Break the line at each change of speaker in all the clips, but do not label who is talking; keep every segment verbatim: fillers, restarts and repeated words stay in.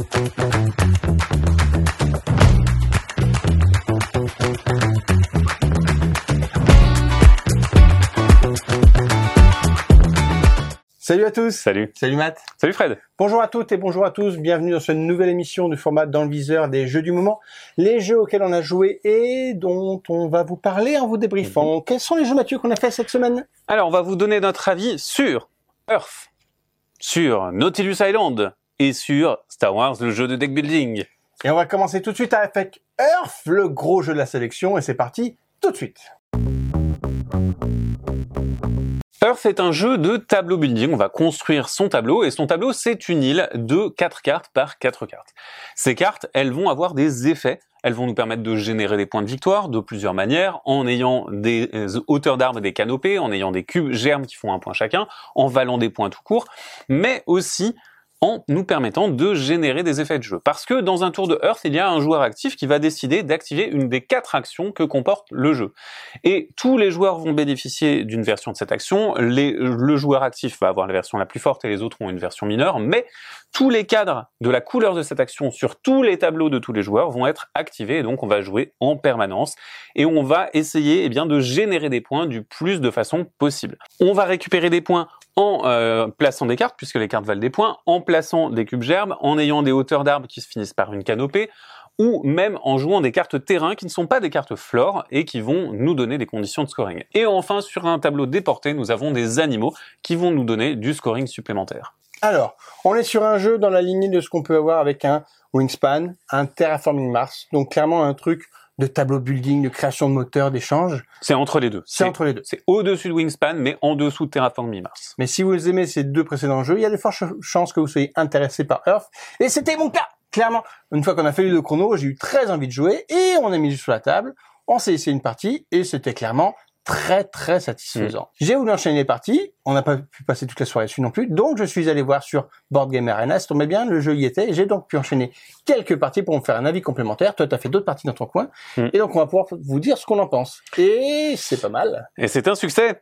Salut à tous.
Salut.
Salut Matt.
Salut Fred.
Bonjour à toutes et bonjour à tous. Bienvenue dans cette nouvelle émission du format Dans le viseur des jeux du moment. Les jeux auxquels on a joué et dont on va vous parler en vous débriefant. Mm-hmm. Quels sont les jeux, Mathieu, qu'on a fait cette semaine?
Alors, on va vous donner notre avis sur Earth, sur Nautilus Island et sur Star Wars, le jeu de deck building.
Et on va commencer tout de suite avec Earth, le gros jeu de la sélection. Et c'est parti tout de suite.
Earth est un jeu de tableau building, on va construire son tableau, et son tableau c'est une île de quatre cartes par quatre cartes. Ces cartes, elles vont avoir des effets, elles vont nous permettre de générer des points de victoire de plusieurs manières, en ayant des hauteurs d'armes et des canopées, en ayant des cubes germes qui font un point chacun, en valant des points tout court, mais aussi en nous permettant de générer des effets de jeu. Parce que dans un tour de Earth, il y a un joueur actif qui va décider d'activer une des quatre actions que comporte le jeu. Et tous les joueurs vont bénéficier d'une version de cette action. Les, le joueur actif va avoir la version la plus forte et les autres ont une version mineure, mais tous les cadres de la couleur de cette action sur tous les tableaux de tous les joueurs vont être activés, et donc on va jouer en permanence, et on va essayer eh bien, de générer des points du plus de façon possible. On va récupérer des points en euh, plaçant des cartes, puisque les cartes valent des points, en plaçant des cubes gerbes, en ayant des hauteurs d'arbres qui se finissent par une canopée, ou même en jouant des cartes terrain qui ne sont pas des cartes flore et qui vont nous donner des conditions de scoring. Et enfin, sur un tableau déporté, nous avons des animaux qui vont nous donner du scoring supplémentaire.
Alors, on est sur un jeu dans la lignée de ce qu'on peut avoir avec un Wingspan, un Terraforming Mars, donc clairement un truc de tableau building, de création de moteurs, d'échanges.
C'est entre les deux.
C'est entre les deux.
C'est au-dessus de Wingspan, mais en dessous de Terraforming Mars.
Mais si vous aimez ces deux précédents jeux, il y a de fortes chances que vous soyez intéressé par Earth. Et c'était mon cas. Clairement, une fois qu'on a fait le chrono, j'ai eu très envie de jouer et on a mis le jeu sur la table. On s'est essayé une partie et c'était clairement très très satisfaisant. Mmh. J'ai voulu enchaîner les parties, on n'a pas pu passer toute la soirée dessus non plus, donc je suis allé voir sur Board Game Arena, ça tombait bien, le jeu y était, et j'ai donc pu enchaîner quelques parties pour me faire un avis complémentaire. Toi, tu as fait d'autres parties dans ton coin, mmh. et donc on va pouvoir vous dire ce qu'on en pense. Et c'est pas mal.
Et c'est un succès.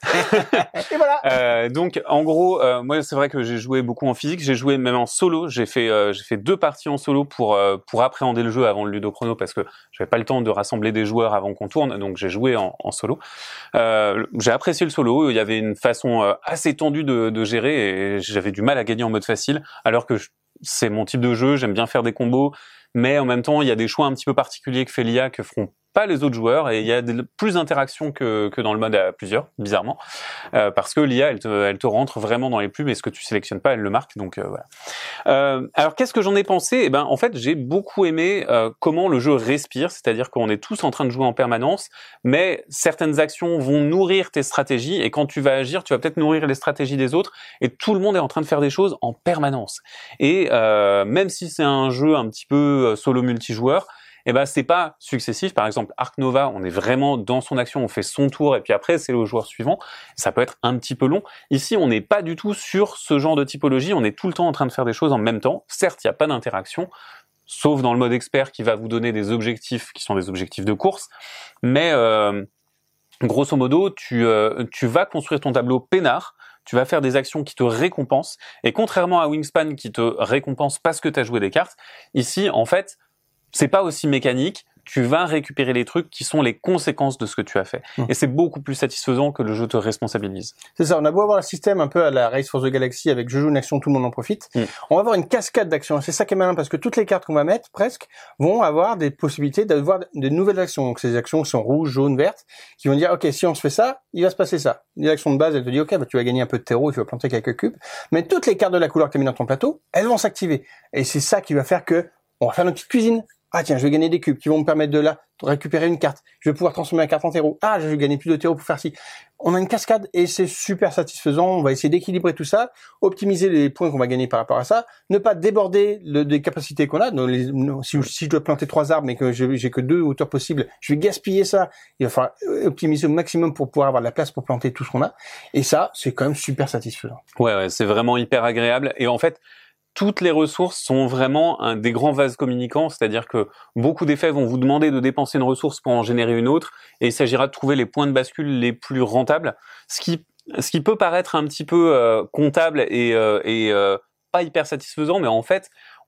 Et voilà.
Euh, donc en gros, euh, moi c'est vrai que j'ai joué beaucoup en physique, j'ai joué même en solo, j'ai fait euh, j'ai fait deux parties en solo pour euh, pour appréhender le jeu avant le ludochrono parce que j'avais pas le temps de rassembler des joueurs avant qu'on tourne, donc j'ai joué en, en solo. Euh, j'ai apprécié le solo, il y avait une façon euh, assez tendue de, de gérer et j'avais du mal à gagner en mode facile, alors que je, c'est mon type de jeu, j'aime bien faire des combos, mais en même temps il y a des choix un petit peu particuliers que fait l'I A que feront pas les autres joueurs, et il y a des, plus d'interactions que, que dans le mode à plusieurs, bizarrement, euh, parce que l'I A elle te, elle te rentre vraiment dans les pubs et ce que tu sélectionnes pas elle le marque, donc euh, voilà. Euh, alors qu'est-ce que j'en ai pensé? Eh ben en fait j'ai beaucoup aimé euh, comment le jeu respire, c'est-à-dire qu'on est tous en train de jouer en permanence, mais certaines actions vont nourrir tes stratégies et quand tu vas agir, tu vas peut-être nourrir les stratégies des autres et tout le monde est en train de faire des choses en permanence. Et euh, même si c'est un jeu un petit peu solo multijoueur, eh ben c'est pas successif. Par exemple, Ark Nova, on est vraiment dans son action, on fait son tour et puis après c'est le joueur suivant. Ça peut être un petit peu long. Ici, on n'est pas du tout sur ce genre de typologie. On est tout le temps en train de faire des choses en même temps. Certes, il n'y a pas d'interaction, sauf dans le mode expert qui va vous donner des objectifs qui sont des objectifs de course. Mais euh, grosso modo, tu euh, tu vas construire ton tableau peinard. Tu vas faire des actions qui te récompensent. Et contrairement à Wingspan qui te récompense parce que tu as joué des cartes, ici, en fait, c'est pas aussi mécanique, tu vas récupérer les trucs qui sont les conséquences de ce que tu as fait. Mmh. Et c'est beaucoup plus satisfaisant que le jeu te responsabilise.
C'est ça, on a beau avoir un système un peu à la Race for the Galaxy avec je joue une action, tout le monde en profite, mmh. on va avoir une cascade d'actions. C'est ça qui est malin parce que toutes les cartes qu'on va mettre, presque, vont avoir des possibilités d'avoir de nouvelles actions. Donc ces actions sont rouges, jaunes, vertes, qui vont dire, ok, si on se fait ça, il va se passer ça. L'action de base, elle te dit, ok, bah, tu vas gagner un peu de terreau, tu vas planter quelques cubes. Mais toutes les cartes de la couleur que tu as mis dans ton plateau, elles vont s'activer. Et c'est ça qui va faire que on va faire notre petite cuisine. Ah tiens, je vais gagner des cubes qui vont me permettre de là de récupérer une carte. Je vais pouvoir transformer la carte en terreau. Ah, je vais gagner plus de terreau pour faire ci. On a une cascade et c'est super satisfaisant. On va essayer d'équilibrer tout ça, optimiser les points qu'on va gagner par rapport à ça, ne pas déborder le, des capacités qu'on a. Donc les, si, si je dois planter trois arbres mais que je, j'ai que deux hauteurs possibles, je vais gaspiller ça. Il va falloir optimiser au maximum pour pouvoir avoir de la place pour planter tout ce qu'on a. Et ça, c'est quand même super satisfaisant.
Ouais, ouais, c'est vraiment hyper agréable. Et en fait, toutes les ressources sont vraiment un, des grands vases communicants, c'est-à-dire que beaucoup d'effets vont vous demander de dépenser une ressource pour en générer une autre, et il s'agira de trouver les points de bascule les plus rentables, ce qui, ce qui peut paraître un petit peu euh, comptable et, euh, et euh, pas hyper satisfaisant, mais en fait,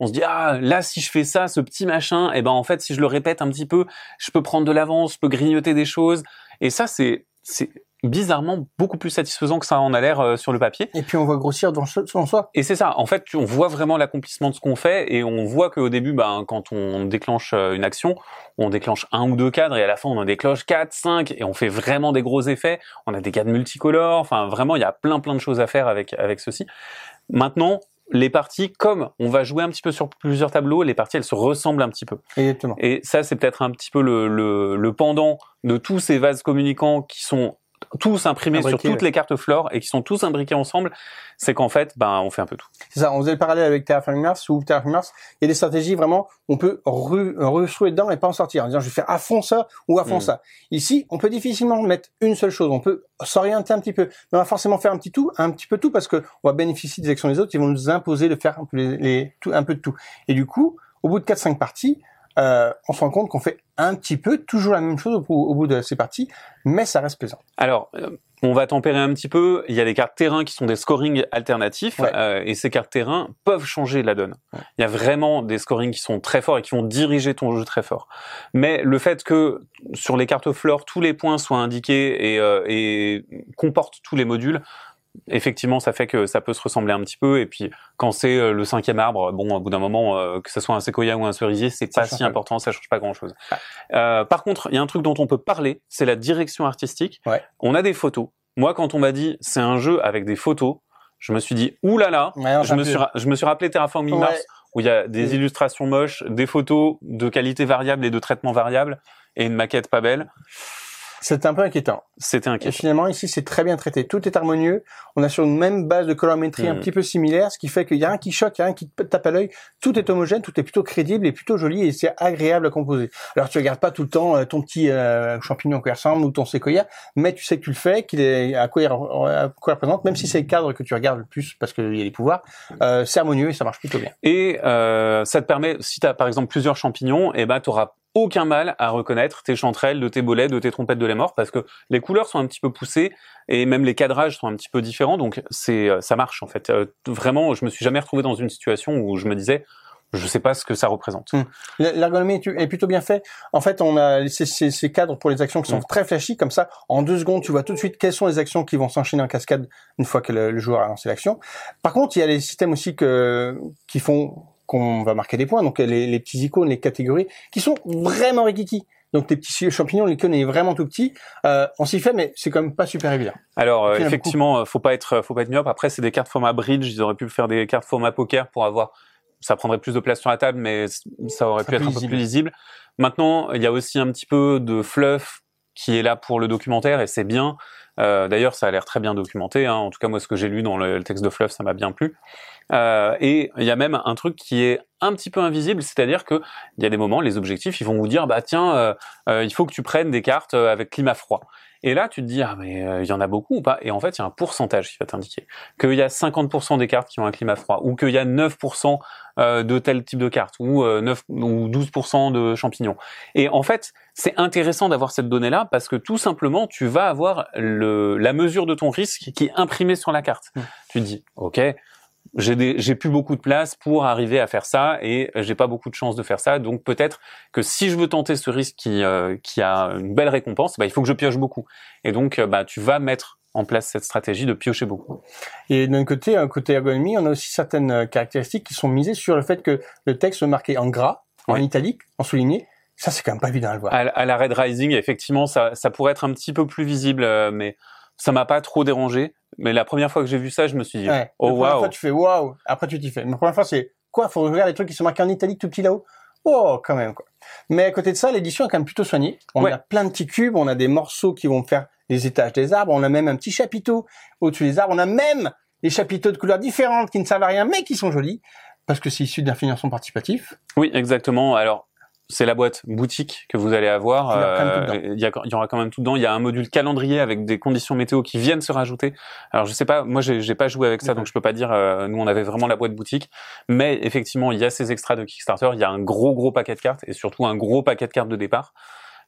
on se dit ah là si je fais ça, ce petit machin, et ben en fait si je le répète un petit peu, je peux prendre de l'avance, je peux grignoter des choses. Et ça c'est c'est bizarrement beaucoup plus satisfaisant que ça en a l'air euh, sur le papier.
Et puis on voit grossir dans, dans soi.
Et c'est ça. En fait, on voit vraiment l'accomplissement de ce qu'on fait et on voit qu'au début, ben, quand on déclenche une action, on déclenche un ou deux cadres et à la fin, on en déclenche quatre, cinq et on fait vraiment des gros effets. On a des cadres multicolores. Enfin, vraiment, il y a plein, plein de choses à faire avec, avec ceci. Maintenant, les parties, comme on va jouer un petit peu sur plusieurs tableaux, les parties, elles se ressemblent un petit peu.
Exactement.
Et ça, c'est peut-être un petit peu le, le, le pendant de tous ces vases communicants qui sont tous imprimés Imbriqués, sur toutes ouais. les cartes Flore et qui sont tous imbriqués ensemble, c'est qu'en fait, ben, on fait un peu tout.
C'est ça, on faisait le parallèle avec Terraforming Mars ou Terraforming Mars. Il y a des stratégies vraiment, on peut re-jouer dedans et pas en sortir, en disant je vais faire à fond ça ou à fond mmh. ça. Ici, on peut difficilement mettre une seule chose, on peut s'orienter un petit peu, mais on va forcément faire un petit tout, un petit peu tout parce que on va bénéficier des actions des autres qui vont nous imposer de faire un peu, les, les, tout, un peu de tout. Et du coup, au bout de quatre cinq parties, Euh, on se rend compte qu'on fait un petit peu toujours la même chose au, au bout de ces parties, mais ça reste plaisant.
Alors, euh, on va tempérer un petit peu. Il y a des cartes terrain qui sont des scorings alternatifs,
ouais.
euh, et ces cartes terrain peuvent changer la donne. Ouais. Il y a vraiment des scorings qui sont très forts et qui vont diriger ton jeu très fort. Mais le fait que sur les cartes Flore, tous les points soient indiqués et, euh, et comportent tous les modules, effectivement, ça fait que ça peut se ressembler un petit peu. Et puis, quand c'est euh, le cinquième arbre, bon, au bout d'un moment, euh, que ce soit un séquoia ou un cerisier, c'est pas si important, ça change pas grand-chose. Ah. Euh, par contre, il y a un truc dont on peut parler, c'est la direction artistique.
Ouais.
On a des photos. Moi, quand on m'a dit c'est un jeu avec des photos, je me suis dit oulala. Ouais, je me suis ra- je me suis rappelé Terraforming Mars ouais. où il y a des ouais. illustrations moches, des photos de qualité variable et de traitement variable et une maquette pas belle.
C'était un peu inquiétant.
C'était inquiétant.
Et finalement, ici, c'est très bien traité. Tout est harmonieux. On a sur une même base de colorimétrie mmh. un petit peu similaire, ce qui fait qu'il y a un qui choque, il y a un qui te tape à l'œil. Tout est homogène, tout est plutôt crédible et plutôt joli et c'est agréable à composer. Alors, tu regardes pas tout le temps euh, ton petit euh, champignon à quoi il ressemble ou ton séquoia, mais tu sais que tu le fais, qu'il est à quoi il, à quoi il représente, même si c'est le cadre que tu regardes le plus parce qu'il y a les pouvoirs, euh, c'est harmonieux et ça marche plutôt bien.
Et euh, ça te permet, si tu as par exemple plusieurs champignons, et ben tu auras aucun mal à reconnaître tes chanterelles, de tes bolets, de tes trompettes de lait mort, parce que les couleurs sont un petit peu poussées et même les cadrages sont un petit peu différents, donc c'est ça marche en fait. Euh, vraiment, je me suis jamais retrouvé dans une situation où je me disais je sais pas ce que ça représente.
Hum. L'ergonomie est plutôt bien faite. En fait, on a ces, ces, ces cadres pour les actions qui sont hum. très flashy, comme ça, en deux secondes, tu vois tout de suite quelles sont les actions qui vont s'enchaîner en cascade une fois que le, le joueur a lancé l'action. Par contre, il y a les systèmes aussi que qui font qu'on va marquer des points, donc les, les petits icônes, les catégories, qui sont vraiment rikiki. Donc tes petits champignons, l'icône est vraiment tout petit. Euh, on s'y fait, mais c'est quand même pas super évident.
Alors euh, effectivement, faut pas être, faut pas être myope. Après, c'est des cartes format bridge. Ils auraient pu faire des cartes format poker pour avoir, ça prendrait plus de place sur la table, mais ça aurait ça pu être un peu plus lisible. Maintenant, il y a aussi un petit peu de fluff qui est là pour le documentaire et c'est bien. Euh, d'ailleurs, ça a l'air très bien documenté. Hein. En tout cas, moi, ce que j'ai lu dans le, le texte de Fluff, ça m'a bien plu. Euh, et il y a même un truc qui est un petit peu invisible, c'est-à-dire que il y a des moments, les objectifs, ils vont vous dire, bah tiens, euh, euh, il faut que tu prennes des cartes avec climat froid. Et là, tu te dis, ah mais il euh, y en a beaucoup ou pas? Et en fait, il y a un pourcentage qui va t'indiquer qu'il y a cinquante pour cent des cartes qui ont un climat froid, ou qu'il y a neuf pour cent euh, de tel type de cartes, ou euh, neuf ou douze pour cent de champignons. Et en fait, c'est intéressant d'avoir cette donnée-là parce que tout simplement, tu vas avoir le, la mesure de ton risque qui est imprimée sur la carte. Mmh. Tu te dis, ok, j'ai des, j'ai plus beaucoup de place pour arriver à faire ça et j'ai pas beaucoup de chances de faire ça. Donc peut-être que si je veux tenter ce risque qui, euh, qui a une belle récompense, bah, il faut que je pioche beaucoup. Et donc, bah, tu vas mettre en place cette stratégie de piocher beaucoup.
Et d'un côté, un côté ergonomie, on a aussi certaines caractéristiques qui sont misées sur le fait que le texte soit marqué en gras, en ouais. italique, en souligné. Ça, c'est quand même pas évident à le voir.
À, à la Red Rising, effectivement, ça, ça pourrait être un petit peu plus visible, euh, mais ça m'a pas trop dérangé. Mais la première fois que j'ai vu ça, je me suis dit,
ouais.
oh waouh.
La première fois, tu fais waouh. Après, tu t'y fais. Mais la première fois, c'est quoi? Faut regarder les trucs qui sont marqués en italique tout petit là-haut. Oh, quand même, quoi. Mais à côté de ça, l'édition est quand même plutôt soignée. On ouais. a plein de petits cubes, on a des morceaux qui vont faire les étages des arbres, on a même un petit chapiteau au-dessus des arbres, on a même des chapiteaux de couleurs différentes qui ne servent à rien, mais qui sont jolis, parce que c'est issu d'un financement participatif.
Oui, exactement. Alors, c'est la boîte boutique que vous allez avoir. Euh, il y, a, il y aura quand même tout dedans. Il y a un module calendrier avec des conditions météo qui viennent se rajouter. Alors je sais pas, moi j'ai, j'ai pas joué avec ça, donc je peux pas dire. Euh, nous on avait vraiment la boîte boutique, mais effectivement il y a ces extras de Kickstarter. Il y a un gros gros paquet de cartes et surtout un gros paquet de cartes de départ.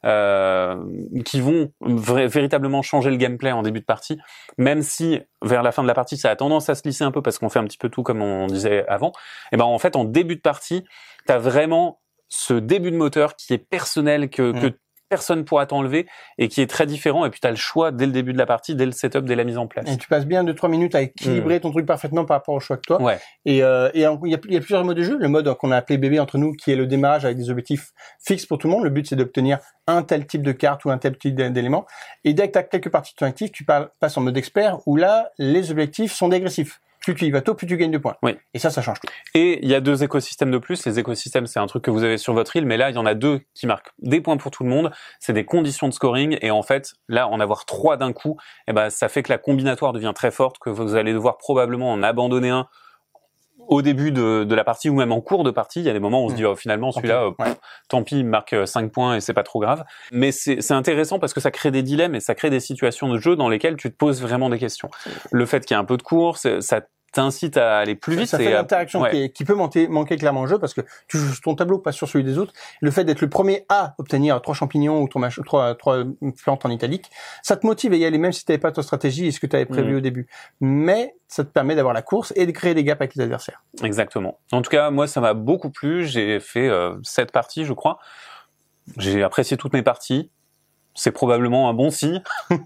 euh, qui vont vra- véritablement changer le gameplay en début de partie, même si vers la fin de la partie ça a tendance à se lisser un peu parce qu'on fait un petit peu tout comme on disait avant. Et ben en fait en début de partie, t'as vraiment ce début de moteur qui est personnel que, mmh. que personne pourra t'enlever et qui est très différent, et puis tu as le choix dès le début de la partie, dès le setup, dès la mise en place.
Et tu passes bien deux trois minutes à équilibrer mmh. ton truc parfaitement par rapport au choix que toi.
Ouais.
Et euh, et il y a, y a plusieurs modes de jeu. Le mode qu'on a appelé bébé entre nous, qui est le démarrage avec des objectifs fixes pour tout le monde. Le but c'est d'obtenir un tel type de carte ou un tel type d'élément. Et dès que tu as quelques parties qui sont actives, tu passes en mode expert où là les objectifs sont dégressifs. Plus tu y vas tôt, plus tu gagnes de points.
Oui.
Et ça, ça change tout.
Et il y a deux écosystèmes de plus. Les écosystèmes, c'est un truc que vous avez sur votre île, mais là, il y en a deux qui marquent des points pour tout le monde. C'est des conditions de scoring. Et en fait, là, en avoir trois d'un coup, eh ben, ça fait que la combinatoire devient très forte, que vous allez devoir probablement en abandonner un au début de, de la partie ou même en cours de partie. Il y a des moments où on se dit, oh, finalement, celui-là, okay. euh, ouais. tant pis, il marque cinq points et c'est pas trop grave. Mais c'est, c'est intéressant parce que ça crée des dilemmes et ça crée des situations de jeu dans lesquelles tu te poses vraiment des questions. Le fait qu'il y ait un peu de course, ça t'incite à aller plus vite.
Ça fait
et
l'interaction
ouais.
qui, est, qui peut manquer, manquer clairement au jeu parce que tu joues sur ton tableau, pas sur celui des autres. Le fait d'être le premier à obtenir trois champignons ou trois, trois, trois plantes en italique, ça te motive à y aller même si tu n'avais pas ta stratégie et ce que tu avais prévu mmh. au début. Mais ça te permet d'avoir la course et de créer des gaps avec les adversaires.
Exactement. En tout cas, moi, ça m'a beaucoup plu. J'ai fait euh, sept parties, je crois. J'ai apprécié toutes mes parties. C'est probablement un bon signe.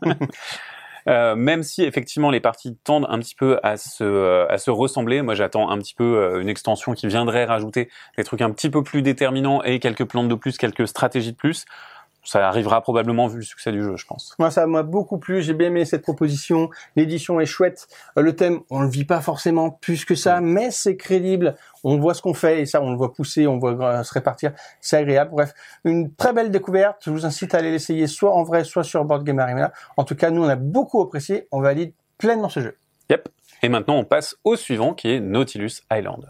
Euh, même si effectivement les parties tendent un petit peu à se euh, à se ressembler, moi j'attends un petit peu euh, une extension qui viendrait rajouter des trucs un petit peu plus déterminants et quelques plantes de plus, quelques stratégies de plus. Ça arrivera probablement vu le succès du jeu, je pense.
Moi, ça m'a beaucoup plu. J'ai bien aimé cette proposition. L'édition est chouette. Euh, le thème, on le vit pas forcément plus que ça, mmh. mais c'est crédible. On voit ce qu'on fait et ça, on le voit pousser, on le voit se répartir. C'est agréable. Bref, une très belle découverte. Je vous incite à aller l'essayer soit en vrai, soit sur Board Game Arena. En tout cas, nous, on a beaucoup apprécié. On valide pleinement ce jeu.
Yep. Et maintenant, on passe au suivant qui est Nautilus Island.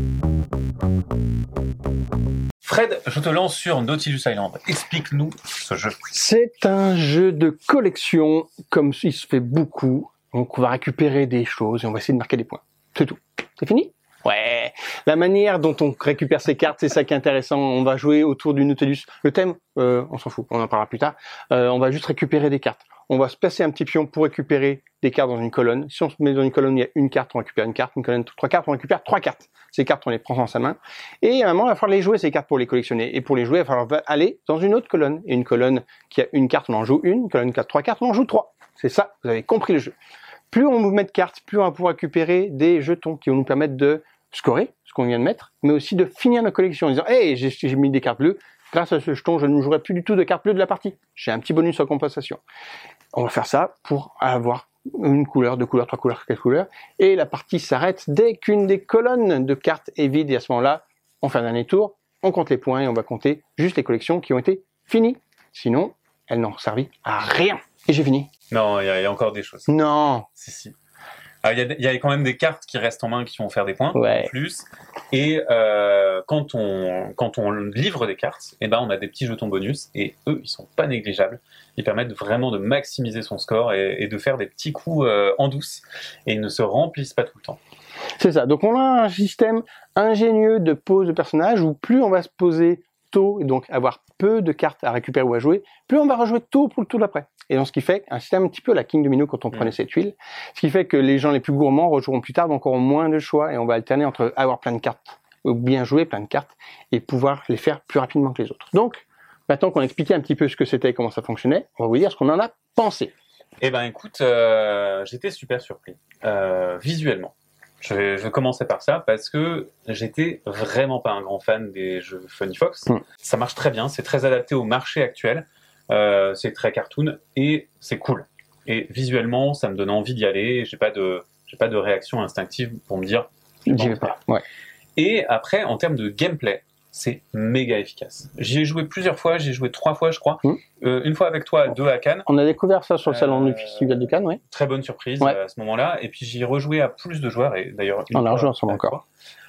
Fred, je te lance sur Nautilus Island. Explique-nous ce jeu.
C'est un jeu de collection, comme il se fait beaucoup. Donc, on va récupérer des choses et on va essayer de marquer des points. C'est tout. C'est fini ? Ouais. La manière dont on récupère ces cartes, c'est ça qui est intéressant. On va jouer autour du Nautilus. Le thème, euh, on s'en fout, on en parlera plus tard. Euh, on va juste récupérer des cartes. On va se placer un petit pion pour récupérer des cartes dans une colonne. Si on se met dans une colonne, il y a une carte, on récupère une carte. Une colonne, trois cartes, on récupère trois cartes. Ces cartes, on les prend dans sa main. Et à un moment, il va falloir les jouer, ces cartes, pour les collectionner. Et pour les jouer, il va falloir aller dans une autre colonne. Et une colonne qui a une carte, on en joue une. Une colonne qui a trois cartes, on en joue trois. C'est ça, vous avez compris le jeu. Plus on met de cartes, plus on va pouvoir récupérer des jetons qui vont nous permettre de scorer, ce qu'on vient de mettre, mais aussi de finir nos collections en disant « Hey, j'ai, j'ai mis des cartes bleues. Grâce à ce jeton, je ne jouerai plus du tout de cartes bleues de la partie. J'ai un petit bonus en compensation. » On va faire ça pour avoir une couleur, deux couleurs, trois couleurs, quatre couleurs. Et la partie s'arrête dès qu'une des colonnes de cartes est vide. Et à ce moment-là, on fait un dernier tour, on compte les points et on va compter juste les collections qui ont été finies. Sinon, elles n'ont servi à rien. Et j'ai fini.
Non, il y, y a encore des choses.
Non.
Si, si. Il y, y a quand même des cartes qui restent en main qui vont faire des points
ouais.
en plus. Et euh, quand on quand on livre des cartes, eh ben on a des petits jetons bonus et eux ils sont pas négligeables. Ils permettent vraiment de maximiser son score et, et de faire des petits coups euh, en douce et ils ne se remplissent pas tout le temps.
C'est ça. Donc on a un système ingénieux de pose de personnages où plus on va se poser tôt et donc avoir peu de cartes à récupérer ou à jouer, plus on va rejouer tôt pour le tour d'après. Et donc ce qui fait un système un petit peu à la King Domino quand on mmh. prenait cette tuile, ce qui fait que les gens les plus gourmands rejoueront plus tard, donc auront moins de choix et on va alterner entre avoir plein de cartes ou bien jouer plein de cartes et pouvoir les faire plus rapidement que les autres. Donc maintenant qu'on a expliqué un petit peu ce que c'était et comment ça fonctionnait, on va vous dire ce qu'on en a pensé.
Eh ben écoute, euh, j'étais super surpris euh, visuellement. Je vais, je vais commencer par ça parce que j'étais vraiment pas un grand fan des jeux Funny Fox. Mmh. Ça marche très bien, c'est très adapté au marché actuel, euh, c'est très cartoon et c'est cool. Et visuellement, ça me donne envie d'y aller. J'ai pas de, j'ai pas de réaction instinctive pour me dire.
J'y vais pas. Ouais.
Et après, en termes de gameplay, c'est méga efficace. J'y ai joué plusieurs fois, j'y ai joué trois fois, je crois. Mmh. Euh, une fois avec toi, deux à Cannes.
On a découvert ça sur le salon euh, du Festival de Cannes, oui.
Très bonne surprise
ouais.
à ce moment-là. Et puis j'y ai rejoué à plus de joueurs, et d'ailleurs une
on
fois.
a rejoué ensemble encore.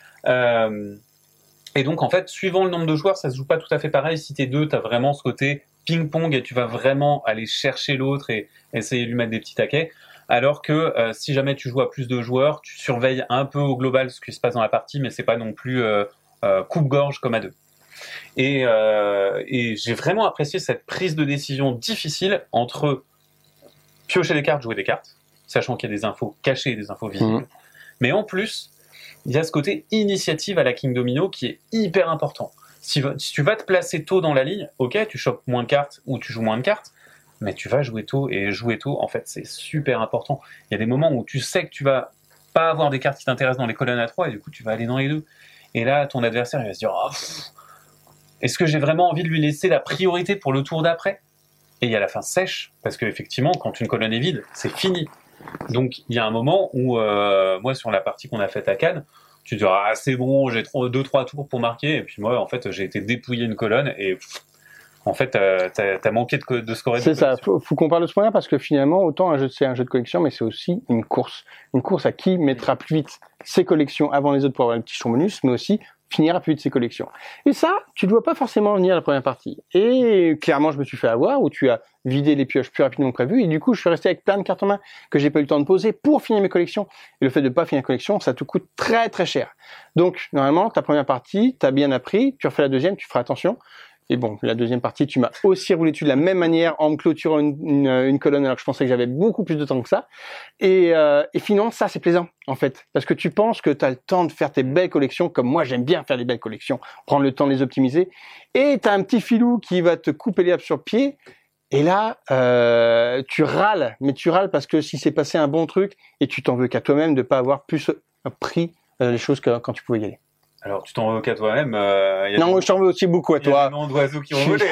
Euh, et donc en fait, suivant le nombre de joueurs, ça se joue pas tout à fait pareil. Si t'es deux, t'as vraiment ce côté ping-pong et tu vas vraiment aller chercher l'autre et essayer de lui mettre des petits taquets. Alors que euh, si jamais tu joues à plus de joueurs, tu surveilles un peu au global ce qui se passe dans la partie, mais c'est pas non plus euh, euh, coupe-gorge comme à deux. Et, euh, et j'ai vraiment apprécié cette prise de décision difficile entre piocher des cartes, jouer des cartes, sachant qu'il y a des infos cachées et des infos visibles. Mmh. Mais en plus, il y a ce côté initiative à la King Domino qui est hyper important. Si, si tu vas te placer tôt dans la ligne, ok, tu chopes moins de cartes ou tu joues moins de cartes, mais tu vas jouer tôt, et jouer tôt, en fait, c'est super important. Il y a des moments où tu sais que tu vas pas avoir des cartes qui t'intéressent dans les colonnes à trois, et du coup, tu vas aller dans les deux. Et là, ton adversaire, il va se dire, oh, est-ce que j'ai vraiment envie de lui laisser la priorité pour le tour d'après ? Et il y a la fin sèche, parce qu'effectivement, quand une colonne est vide, c'est fini. Donc, il y a un moment où, euh, moi, sur la partie qu'on a faite à Cannes, tu te dis, ah, c'est bon, j'ai deux, trois tours pour marquer, et puis moi, en fait, j'ai été dépouiller une colonne, et pff, en fait, euh, t'as, t'as manqué de, de scorer.
C'est ça, faut, faut qu'on parle de ce point-là, parce que finalement, autant un jeu, c'est un jeu de collection, mais c'est aussi une course. Une course à qui mettra plus vite ses collections avant les autres pour avoir le petit champ bonus, mais aussi finira plus vite ses collections. Et ça, tu ne dois pas forcément venir à la première partie. Et clairement, je me suis fait avoir, où tu as vidé les pioches plus rapidement que prévu, et du coup, je suis resté avec plein de cartes en main que j'ai pas eu le temps de poser pour finir mes collections. Et le fait de pas finir une collection, ça te coûte très très cher. Donc, normalement, ta première partie, t'as bien appris, tu refais la deuxième, tu feras attention. Et bon, la deuxième partie, tu m'as aussi roulé dessus de la même manière en me clôturant une, une, une colonne alors que je pensais que j'avais beaucoup plus de temps que ça. Et, euh, et finalement, ça, c'est plaisant, en fait. Parce que tu penses que tu as le temps de faire tes belles collections, comme moi, j'aime bien faire des belles collections, prendre le temps de les optimiser. Et tu as un petit filou qui va te couper les habs sur le pied. Et là, euh, tu râles. Mais tu râles parce que si c'est passé un bon truc, et tu t'en veux qu'à toi-même de pas avoir plus pris euh, les choses que quand tu pouvais y aller.
Alors, tu t'en veux qu'à toi-même. Euh,
non, moi, je t'en veux aussi beaucoup à toi.
Il y a des noms d'oiseaux qui ont volé.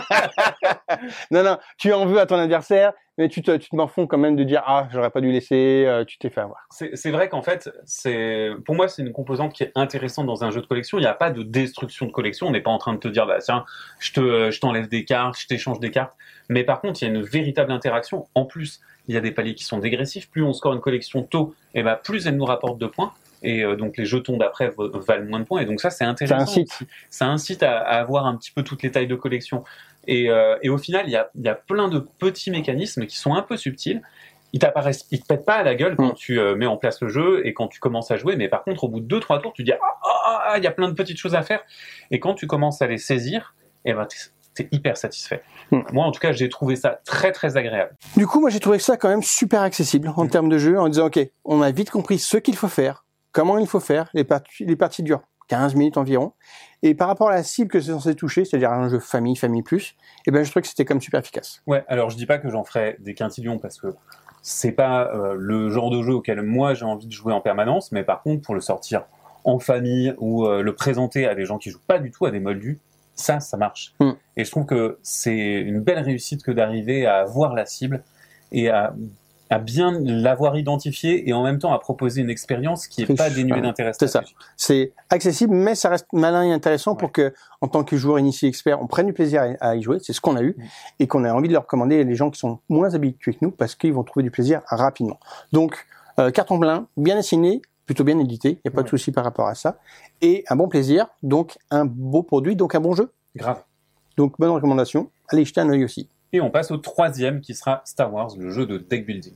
Hein.
non, non, tu en veux à ton adversaire, mais tu te, tu te morfonds quand même de dire ah, j'aurais pas dû laisser, euh, tu t'es fait avoir.
C'est, c'est vrai qu'en fait, c'est, pour moi, c'est une composante qui est intéressante dans un jeu de collection. Il n'y a pas de destruction de collection. On n'est pas en train de te dire bah tiens, je te, je t'enlève des cartes, je t'échange des cartes. Mais par contre, il y a une véritable interaction. En plus, il y a des paliers qui sont dégressifs. Plus on score une collection tôt, et ben plus elle nous rapporte de points. Et euh, donc les jetons d'après valent moins de points, et donc ça c'est intéressant.
Ça incite,
aussi. Ça incite à, à avoir un petit peu toutes les tailles de collection. Et, euh, et au final, il y a, il y a plein de petits mécanismes qui sont un peu subtils. Ils t'apparaissent, ils te pètent pas à la gueule quand mmh. tu euh, mets en place le jeu et quand tu commences à jouer, mais par contre au bout de deux trois tours, tu dis ah ah ah, il y a plein de petites choses à faire. Et quand tu commences à les saisir, et ben t'es, t'es hyper satisfait. Mmh. Moi en tout cas, j'ai trouvé ça très très agréable.
Du coup, moi j'ai trouvé ça quand même super accessible en mmh. termes de jeu, en disant ok, on a vite compris ce qu'il faut faire. Comment il faut faire, les parties, les parties durent quinze minutes environ, et par rapport à la cible que c'est censé toucher, c'est-à-dire un jeu famille, famille plus, et ben je trouve que c'était comme super efficace.
Ouais, alors je dis pas que j'en ferai des quintillions parce que c'est pas euh, le genre de jeu auquel moi j'ai envie de jouer en permanence, mais par contre pour le sortir en famille ou euh, le présenter à des gens qui jouent pas du tout à des moldus, ça, ça marche. Mm. Et je trouve que c'est une belle réussite que d'arriver à voir la cible et à à bien l'avoir identifié et en même temps à proposer une expérience qui est pas dénuée d'intérêt.
C'est ça. C'est accessible, mais ça reste malin et intéressant ouais. pour que, en tant que joueur initié expert, on prenne du plaisir à y jouer. C'est ce qu'on a eu mmh. et qu'on a envie de leur recommander à les gens qui sont moins habitués que nous parce qu'ils vont trouver du plaisir rapidement. Donc, euh, carton plein, bien dessiné, plutôt bien édité. Il n'y a pas ouais. de souci par rapport à ça. Et un bon plaisir, donc un beau produit, donc un bon jeu.
Grave.
Donc, bonne recommandation. Allez jeter un œil aussi.
Et on passe au troisième qui sera Star Wars, le jeu de deck building.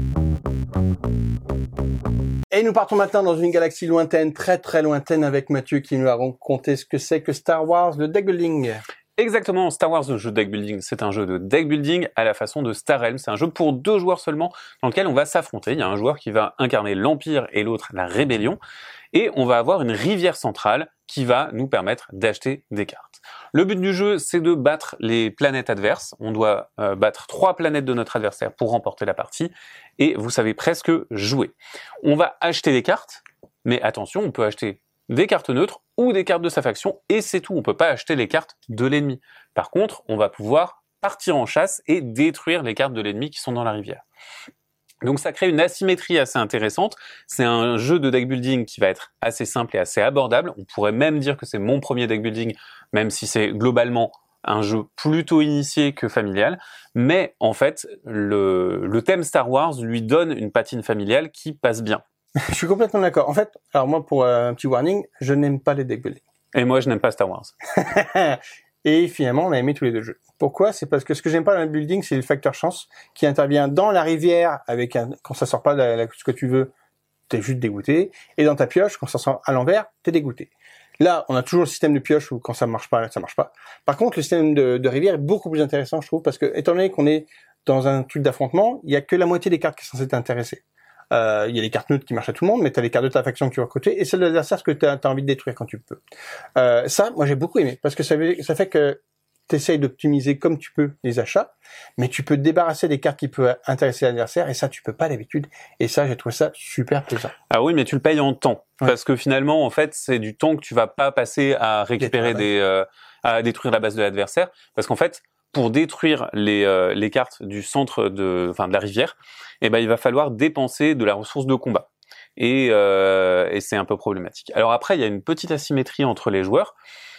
Et nous partons maintenant dans une galaxie lointaine, très très lointaine, avec Mathieu qui nous va raconter ce que c'est que Star Wars, le deck building.
Exactement, Star Wars, le jeu de deck building, c'est un jeu de deck building à la façon de Star Realms. C'est un jeu pour deux joueurs seulement, dans lequel on va s'affronter. Il y a un joueur qui va incarner l'Empire et l'autre la Rébellion. Et on va avoir une rivière centrale qui va nous permettre d'acheter des cartes. Le but du jeu, c'est de battre les planètes adverses. On doit euh, battre trois planètes de notre adversaire pour remporter la partie. Et vous savez presque jouer. On va acheter des cartes, mais attention, on peut acheter des cartes neutres ou des cartes de sa faction, et c'est tout. On peut pas acheter les cartes de l'ennemi. Par contre, on va pouvoir partir en chasse et détruire les cartes de l'ennemi qui sont dans la rivière. Donc ça crée une asymétrie assez intéressante. C'est un jeu de deck building qui va être assez simple et assez abordable. On pourrait même dire que c'est mon premier deck building, même si c'est globalement un jeu plutôt initié que familial. Mais en fait, le, le thème Star Wars lui donne une patine familiale qui passe bien.
Je suis complètement d'accord. En fait, alors moi, pour euh, un petit warning, je n'aime pas les deck building.
Et moi, je n'aime pas Star Wars.
Et finalement, on a aimé tous les deux jeux. Pourquoi ? C'est parce que ce que j'aime pas dans le building, c'est le facteur chance qui intervient dans la rivière avec un, quand ça sort pas de la, ce que tu veux, t'es juste dégoûté. Et dans ta pioche, quand ça sort à l'envers, t'es dégoûté. Là, on a toujours le système de pioche où quand ça marche pas, ça marche pas. Par contre, le système de, de rivière est beaucoup plus intéressant, je trouve, parce que étant donné qu'on est dans un truc d'affrontement, il y a que la moitié des cartes qui sont censées t'intéresser. Euh, il y a les cartes neutres qui marchent à tout le monde, mais tu as les cartes de ta faction qui vont à côté, et celles de l'adversaire que tu as envie de détruire quand tu peux. Euh, ça, moi j'ai beaucoup aimé, parce que ça, veut, ça fait que tu essayes d'optimiser comme tu peux les achats, mais tu peux te débarrasser des cartes qui peuvent intéresser l'adversaire, et ça tu peux pas d'habitude. Et ça, j'ai trouvé ça super plaisant.
Ah oui, mais tu le payes en temps, ouais. Parce que finalement, en fait, c'est du temps que tu vas pas passer à récupérer des, euh, à détruire la base de l'adversaire, parce qu'en fait, pour détruire les, euh, les cartes du centre de, enfin, de la rivière, eh ben, il va falloir dépenser de la ressource de combat. Et, euh, et c'est un peu problématique. Alors après, il y a une petite asymétrie entre les joueurs,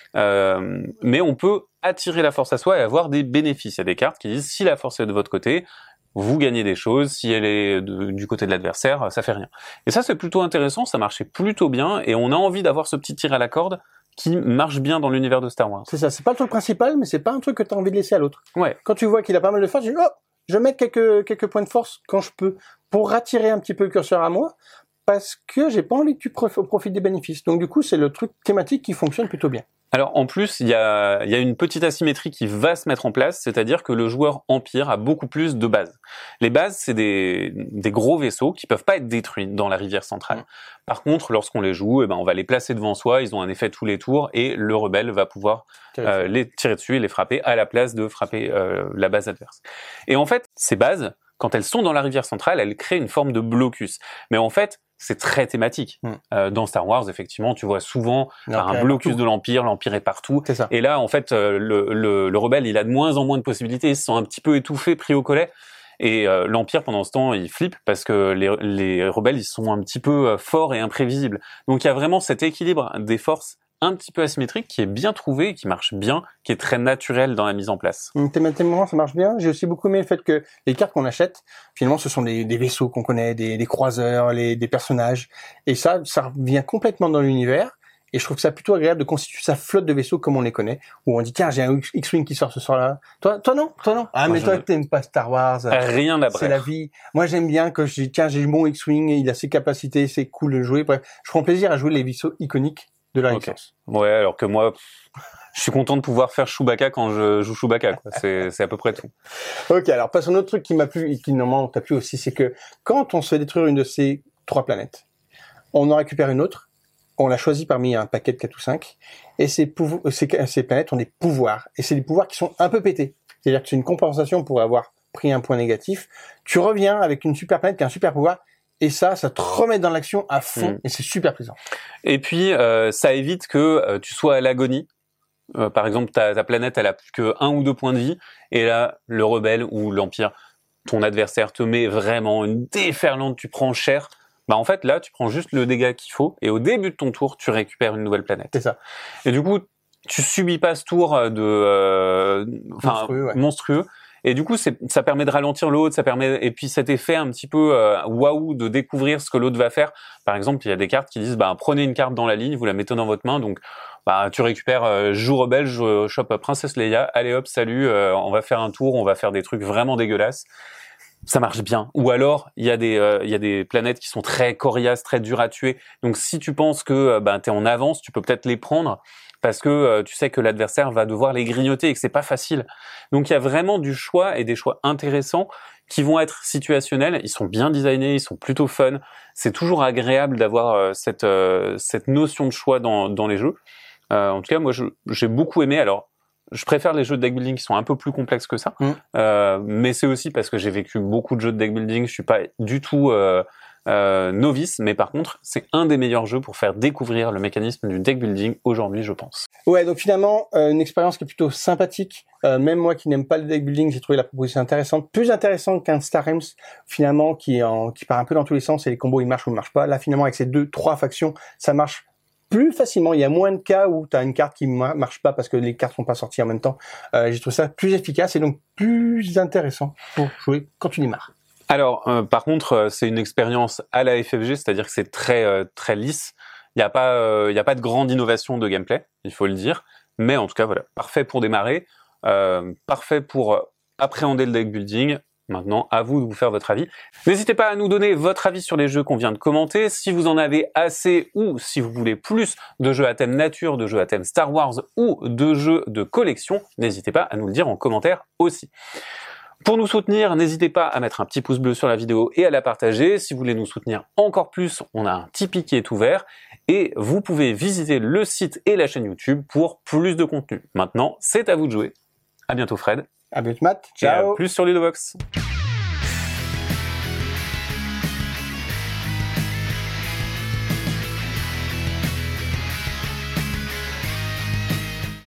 euh, mais on peut attirer la force à soi et avoir des bénéfices. Il y a des cartes qui disent si la force est de votre côté, vous gagnez des choses, si elle est de, du côté de l'adversaire, ça fait rien. Et ça, c'est plutôt intéressant, ça marchait plutôt bien, et on a envie d'avoir ce petit tir à la corde qui marche bien dans l'univers de Star Wars.
C'est ça, c'est pas le truc principal, mais c'est pas un truc que tu as envie de laisser à l'autre.
Ouais.
Quand tu vois qu'il a pas mal de force, tu dis, oh, je vais mettre quelques, quelques points de force quand je peux, pour rattirer un petit peu le curseur à moi, parce que j'ai pas envie que tu profites des bénéfices. Donc du coup, c'est le truc thématique qui fonctionne plutôt bien.
Alors en plus, il y a, il y a une petite asymétrie qui va se mettre en place, c'est-à-dire que le joueur Empire a beaucoup plus de bases. Les bases, c'est des, des gros vaisseaux qui peuvent pas être détruits dans la rivière centrale. Mmh. Par contre, lorsqu'on les joue, eh ben, on va les placer devant soi, ils ont un effet tous les tours, et le rebelle va pouvoir euh, les tirer dessus et les frapper à la place de frapper euh, la base adverse. Et en fait, ces bases, quand elles sont dans la rivière centrale, elles créent une forme de blocus. Mais en fait, c'est très thématique. Mm. Euh, dans Star Wars, effectivement, tu vois souvent un blocus de l'Empire, l'Empire est partout.
C'est ça.
Et là, en fait, euh, le, le, le rebelle, il a de moins en moins de possibilités, ils se sent un petit peu étouffés, pris au collet. Et euh, l'Empire, pendant ce temps, il flippe parce que les, les rebelles, ils sont un petit peu euh, forts et imprévisibles. Donc, il y a vraiment cet équilibre des forces un petit peu asymétrique qui est bien trouvé, qui marche bien, qui est très naturel dans la mise en place.
Thématiquement, ça marche bien. J'ai aussi beaucoup aimé le fait que les cartes qu'on achète, finalement, ce sont des, des vaisseaux qu'on connaît, des, des croiseurs, les, des personnages. Et ça, ça revient complètement dans l'univers. Et je trouve que ça plutôt agréable de constituer sa flotte de vaisseaux comme on les connaît, où on dit tiens j'ai un X-Wing qui sort ce soir-là. Toi, toi non, toi non. Ah moi, mais toi t'aimes pas Star Wars.
Rien à
C'est la vie. Moi j'aime bien que je dis tiens j'ai le bon X-Wing, il a ses capacités, c'est cool de jouer. Bref, je prends plaisir à jouer les vaisseaux iconiques de la licence.
Okay. Ouais, alors que moi, je suis content de pouvoir faire Chewbacca quand je joue Chewbacca, quoi. C'est, c'est à peu près tout.
Ok, alors passe à un autre truc qui m'a plu et qui normalement t'a plu aussi, c'est que quand on se fait détruire une de ces trois planètes, on en récupère une autre, on l'a choisi parmi un paquet de quatre ou cinq, et ces, pouvo- ces, ces planètes ont des pouvoirs, et c'est des pouvoirs qui sont un peu pétés. C'est-à-dire que c'est une compensation pour avoir pris un point négatif. Tu reviens avec une super planète qui a un super pouvoir, et ça, ça te remet dans l'action à fond, mmh. et c'est super plaisant.
Et puis, euh, ça évite que euh, tu sois à l'agonie. Euh, par exemple, ta, ta planète, elle a plus que un ou deux points de vie, et là, le rebelle ou l'Empire, ton adversaire te met vraiment une déferlante, tu prends cher. Bah en fait, là, tu prends juste le dégât qu'il faut, et au début de ton tour, tu récupères une nouvelle planète.
C'est ça.
Et du coup, tu subis pas ce tour de, euh, enfin, monstrueux, ouais. monstrueux. Et du coup, c'est, ça permet de ralentir l'autre, ça permet, et puis cet effet un petit peu euh, waouh de découvrir ce que l'autre va faire. Par exemple, il y a des cartes qui disent, bah, prenez une carte dans la ligne, vous la mettez dans votre main, donc, bah, tu récupères, euh, joue rebelle, je chope Princesse Leia, allez hop, salut, euh, on va faire un tour, on va faire des trucs vraiment dégueulasses. Ça marche bien. Ou alors, il y a des, euh, il y a des planètes qui sont très coriaces, très dures à tuer. Donc, si tu penses que, euh, bah, t'es en avance, tu peux peut-être les prendre. Parce que euh, tu sais que l'adversaire va devoir les grignoter et que c'est pas facile. Donc il y a vraiment du choix et des choix intéressants qui vont être situationnels. Ils sont bien designés, ils sont plutôt fun. C'est toujours agréable d'avoir euh, cette euh, cette notion de choix dans dans les jeux. Euh, en tout cas, moi je, j'ai beaucoup aimé. Alors je préfère les jeux de deck building qui sont un peu plus complexes que ça, mmh. euh, mais c'est aussi parce que j'ai vécu beaucoup de jeux de deck building. Je suis pas du tout euh, Euh, novice, mais par contre, c'est un des meilleurs jeux pour faire découvrir le mécanisme du deck building aujourd'hui, je pense.
Ouais, donc finalement, euh, une expérience qui est plutôt sympathique. Euh, même moi qui n'aime pas le deck building, j'ai trouvé la proposition intéressante, plus intéressante qu'un Star Realms, finalement, qui, en, qui part un peu dans tous les sens et les combos ils marchent ou ils marchent pas. Là, finalement, avec ces deux, trois factions, ça marche plus facilement. Il y a moins de cas où tu as une carte qui ma- marche pas parce que les cartes sont pas sorties en même temps. Euh, j'ai trouvé ça plus efficace et donc plus intéressant pour jouer quand tu démarres.
Alors, euh, par contre, euh, c'est une expérience à la F F G, c'est-à-dire que c'est très euh, très lisse. Il n'y a pas, il euh, y a pas de grande innovation de gameplay, il faut le dire. Mais en tout cas, voilà, parfait pour démarrer, euh, parfait pour appréhender le deck building. Maintenant, à vous de vous faire votre avis. N'hésitez pas à nous donner votre avis sur les jeux qu'on vient de commenter, si vous en avez assez ou si vous voulez plus de jeux à thème nature, de jeux à thème Star Wars ou de jeux de collection, n'hésitez pas à nous le dire en commentaire aussi. Pour nous soutenir, n'hésitez pas à mettre un petit pouce bleu sur la vidéo et à la partager. Si vous voulez nous soutenir encore plus, on a un Tipeee qui est ouvert et vous pouvez visiter le site et la chaîne YouTube pour plus de contenu. Maintenant, c'est à vous de jouer. À bientôt Fred.
À bientôt Matt.
Et à
Ciao.
plus sur Ludovox.